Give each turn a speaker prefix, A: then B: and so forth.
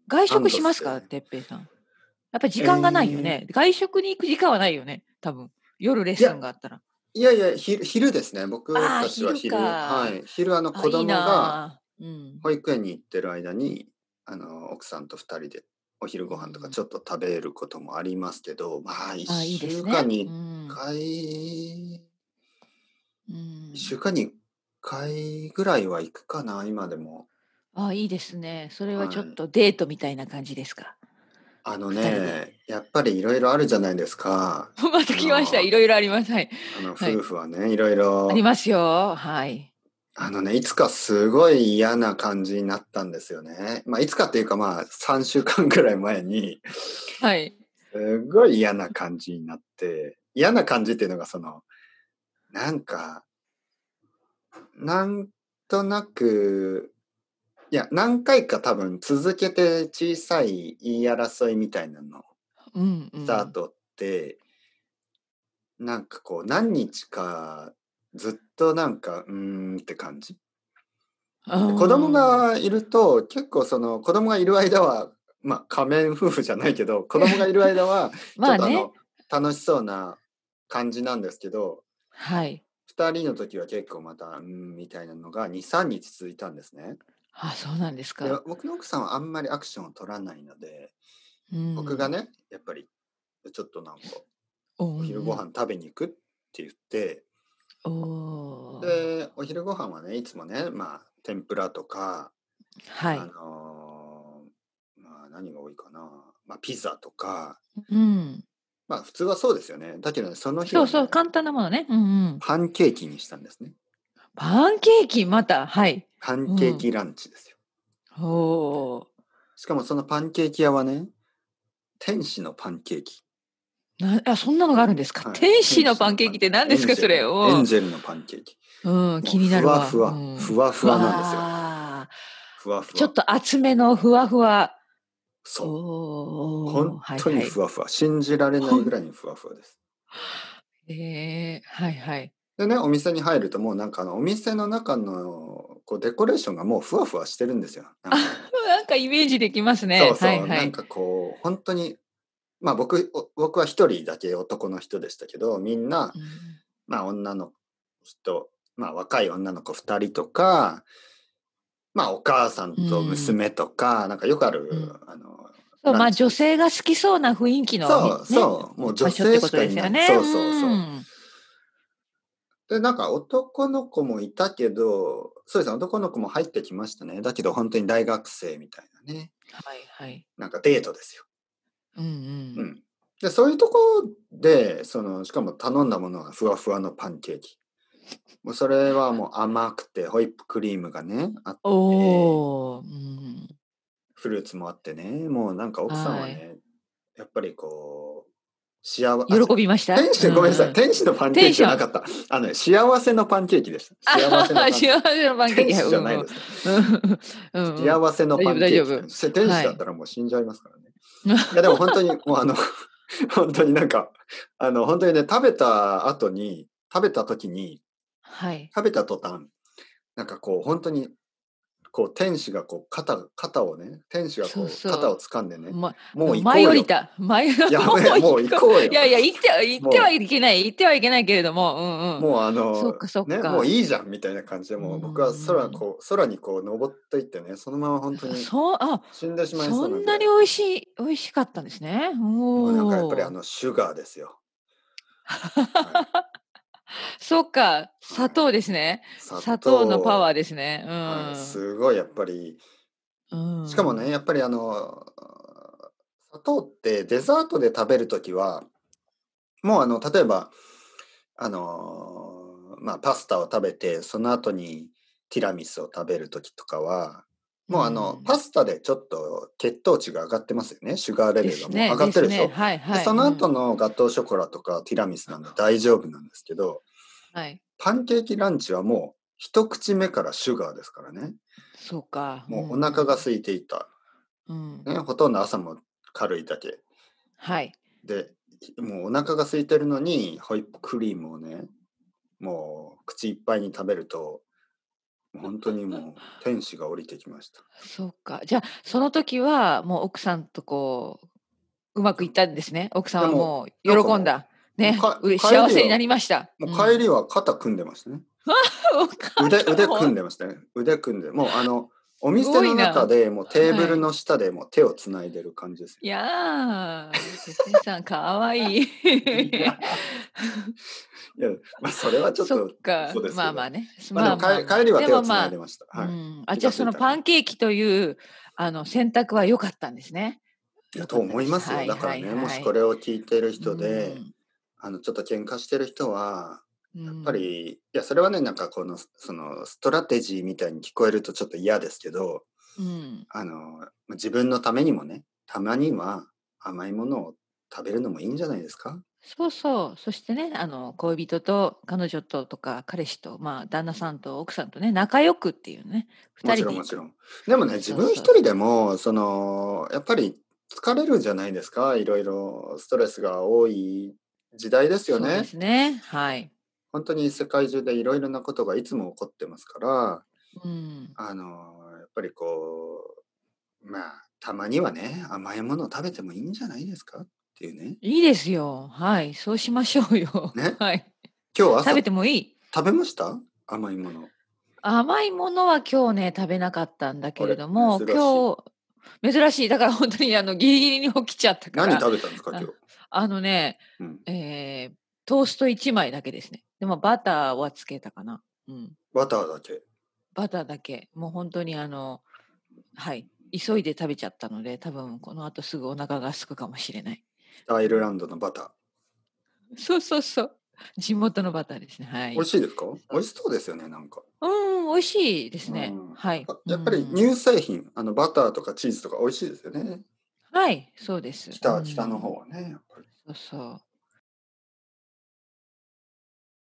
A: 外食し
B: 安堵
A: ますか、
B: して。
A: てっぺいさん。やっぱり時
B: え
A: 間がないよね。
B: ー、
A: 外食に行く時間はないよね、多分。夜レッ
B: いや、
A: スンがあったら。
B: いやいや、昼ですね。僕
A: ああ、
B: たちは
A: 昼
B: 昼、は
A: か。
B: い。昼、
A: あ、
B: 子
A: いい
B: 供が
A: な。うん。
B: 保育園に行ってる間に、奥さんと二人でお昼ご飯とか
A: うん。
B: ちょっと食べることもありますけど、まあ、
A: あ、いいですね。う
B: 一
A: ん。
B: 回、
A: う
B: 一週
A: ん。
B: 間に一回ぐらいは行くかな、今でも。
A: あ、いいですね。それはちょっ
B: はい。
A: とデートみたいな感じですか？二人で。
B: やっぱりいろいろあるじゃないですか。
A: また来ました。いろいろあります。はい。はい。
B: 夫婦はね、いろい
A: あり
B: ろ、
A: ますよ。はい。
B: いつかすごい嫌な感じになったんですよね。まあ、いつかっていうかまあ、3週間ぐらい前に、
A: はい。
B: すごい嫌な感じになって、嫌な感じっていうのがなんか、なんとなく、いや、何回か多分続けて小さい言い争いみたいなのを
A: うんう
B: した
A: ん。
B: 後って、なんかこう何日かずっとなんか、って感じ。
A: あ
B: で、子供
A: あ。
B: がいると、結構子供がいる間は、まあ仮面夫婦じゃないけど、子供がいる間は、ちょ
A: まあね。
B: っと楽しそうな感じなんですけど、
A: はい。
B: 二人の時は結構また、みたいなのが2、3日続いたんですね。
A: あ、そうなんです
B: で、
A: か。
B: 僕の奥さんはあんまりアクションを取らないので、
A: うん。
B: 僕がね、やっぱり、ちょっとなんか、
A: うんう
B: お昼ご
A: ん。
B: 飯食べに行くって言って、
A: おお。
B: で、お昼ご飯はね、いつもね、まあ、天ぷらとか、あ
A: はい。
B: のまあ、何が多いかな。まあ、ピザとか、
A: うん。
B: まあ、普通はそうですよね。だけどね、その日
A: そうそう、
B: はね、
A: 簡単なものね。うんうん。
B: パンケーキにしたんですね。
A: パンケーキ、また、はい。
B: パン
A: うん。
B: ケーキランチですよ。
A: おお。
B: しかもそのパンケーキ屋はね、天使のパンケーキ。
A: あ、そんなのがあるんですか？
B: はい。
A: 天使
B: 天使
A: のパンケーキって
B: のパンケーキ。
A: 何ですか？それ。
B: エ
A: うん。
B: ンジェルのパンケーキ。
A: うん、
B: もう
A: 気になるわ。うん。
B: ふわふわなんですよ。
A: わあ。
B: ふわふわ。
A: ちょっと厚めのふわふわ。お
B: そう。
A: お、
B: 本当に
A: はいはい。
B: ふわふわ。信じられないぐらいにふわふわです。
A: はいはい。
B: でね、お店に入るともうなんかお店の中のこうデコレーションがもうふわふわしてるんですよ。なんか、
A: なんかイメージできますね。はい
B: そうそう、
A: はい。
B: なんかこう、本当に、まあ僕は一人だけ男の人でしたけど、みんな、
A: うん。
B: まあ女の人、まあ若い女の子二人とか、まあお母さん
A: う
B: と
A: ん。
B: 娘とか、なんかよくある、
A: うん。そう、まあ、女
B: ランチです。
A: 性が好きそうな雰囲気の
B: そう
A: ね、
B: そう、もう女
A: 場所って
B: 性し
A: こと
B: かいない。
A: ですよね。
B: そうそうそう。
A: うん。
B: で、なんか男の子もいたけど、そうですね、男の子も入ってきましたね。だけど本当に大学生みたいなね。
A: はいはい。
B: なんかデートですよ。
A: うんうん。
B: うん。で、そういうとこで、しかも頼んだものはふわふわのパンケーキ。もうそれはもう甘くて、ホイップクリームがね、あって、
A: おお、うん。
B: フルーツもあってね、もうなんか奥さんは
A: はい。
B: ね、やっぱりこう、
A: 喜びました？うん
B: ごめんなさい、
A: うん。
B: 天使のパンケーキ
A: テンション。
B: じゃなかった。幸せのパンケーキでした。
A: あ
B: 幸せの
A: はは、幸
B: パンケーキ。
A: せのパンケーキ。はい、
B: 天使じゃ
A: うんうん。
B: ないですね。
A: うんうん。
B: 幸せの
A: 大丈
B: パンケーキって。
A: 夫大丈夫。
B: 天使
A: はい。
B: だったらもう死んじゃいますからね。いやでも本当に、もう本当になんか、本当にね、食べた時に、
A: はい。
B: 食べた途端、なんかこう本当に、こう天使がこう肩をね、天使が
A: そう
B: こう肩を
A: そう。
B: 掴んでね、
A: ま
B: もう行こうよ。
A: 舞い降りた。も
B: やべえ、もう行
A: う
B: こうよ。
A: いやいや、行っては
B: も
A: いけない行ってはいけないけれども、うんうん。
B: もう
A: そっかそっ
B: ね、もう
A: か。
B: いいじゃんみたいな感じで、
A: う
B: もう僕は
A: ん。
B: 空にこう登っていってね、そのまま本当に
A: あ、
B: 死んでしまい
A: そ
B: そうなぐらい、
A: んなに美味しかったんですね。
B: もうなんかやっぱり
A: おお。
B: シュガーですよ。はい。
A: そっか、砂
B: はい。
A: 糖ですね。
B: 砂
A: 砂糖のパワー
B: 糖、
A: ですね。
B: はい、すごいやっぱり、
A: う
B: しかもね、
A: ん。
B: やっぱり砂糖ってデザートで食べるときは、もう例えば、まあ、パスタを食べて、その後にティラミスを食べるときとかは、
A: う
B: もう
A: ん。
B: パスタでちょっと血糖値が上がってますよね。シュガーレベルがもう上がって
A: ですね。
B: るでしょ。で、
A: はいはい。
B: その後
A: うん。
B: のガトーショコラとかティラミスなんで大丈夫なんですけど、
A: はい。
B: パンケーキランチはもう一口目からシュガーですからね。
A: そうか。う
B: もうお腹が
A: ん
B: 空いていた。
A: うん。うん。
B: ね、ほとんど朝も軽いだけ。
A: はい。
B: で、もうお腹が空いてるのに、ホイップクリームをね、もう口いっぱいに食べると、 本当にもう天使が降りてきました。
A: そうか。じゃあ、その時はもう奥さんとこう、うまくいったんですね。奥さん
B: でも、
A: はもう
B: なんかも
A: 喜んだ。
B: う、もう
A: ね、
B: 帰りは、
A: 幸せになりました。
B: もう
A: うん。
B: 帰りは肩組んでましたね。
A: お母さん
B: 腕組ん
A: も
B: でましたね。腕組んで。もうお
A: す
B: 店の中
A: ごいな。
B: でもうテーブ
A: はい。
B: ルの下でもう手をつないでる感じですよ。
A: いやー、哲平さんかわいい。
B: いや、いや、まあそれはちょっ
A: そっ
B: と
A: か、
B: 嘘ですけど。
A: まあまあね。
B: まあでも帰りは手をつ
A: でもまあ、
B: ないでました。はい。気
A: じゃあそのパ
B: がついたらね。
A: ンケーキという、選択は良かったんですね。
B: いや、
A: 良
B: と
A: かったです。
B: 思いますよ。
A: はいはい
B: だからね、もし
A: はい。
B: これを聞いてる
A: う
B: 人で、
A: ん、
B: ちょっと喧嘩してる人は、やっぱ
A: うん、
B: り、いや、それはね、なんかそのストラテジーみたいに聞こえるとちょっと嫌ですけど、
A: うん。
B: 自分のためにもね、たまには甘いものを食べるのもいいんじゃないですか？
A: そうそう。そしてね、恋人と彼女ととか、彼氏と、まあ、旦那さんと奥さんとね、仲良くっていうね、
B: もち
A: 二人で行く。
B: ろんもちろん。でもね、自
A: そう
B: 分一人で
A: そうそう。
B: も、やっぱり疲れるじゃないですか。いろいろストレスが多い時代ですよ
A: そうで
B: ね。
A: すね。はい。
B: 本当に世界中でいろいろなことがいつも起こってますから、
A: うん。
B: やっぱりまあ、たまにはね、甘いものを食べてもいいんじゃないですかっていうね。
A: いいですよ。はい。そうしましょうよ。
B: ね。
A: はい。食
B: 今日朝
A: べてもいい。
B: 食べました？甘いもの。
A: 甘いものは今日ね、食べなかったんだけれ
B: あれ、
A: ども、
B: 珍しい。
A: 珍しい。だから本当にギリギリに起きちゃったか
B: 何
A: ら、
B: 食べたんですか？今
A: あ
B: 日。
A: あのね、
B: うん。
A: えートースト1枚だけですね。でもバターはつけたかな。うん。
B: バターだけ。
A: バターだけ。もう本当にはい。急いで食べちゃったので、多分この後すぐお腹が空くかもしれない。
B: 北アイルランドのバター。
A: そうそうそう。地元のバターですね。は
B: 美味
A: い。
B: しいですか？美
A: そう。
B: 味しそうですよね、なんか。
A: 美味しいですね。
B: うん。
A: はい。
B: やっぱり乳製品、バターとかチーズとか美味しいですよね。
A: はい、そうです。
B: 北の方はね、やっぱり。
A: そうそう。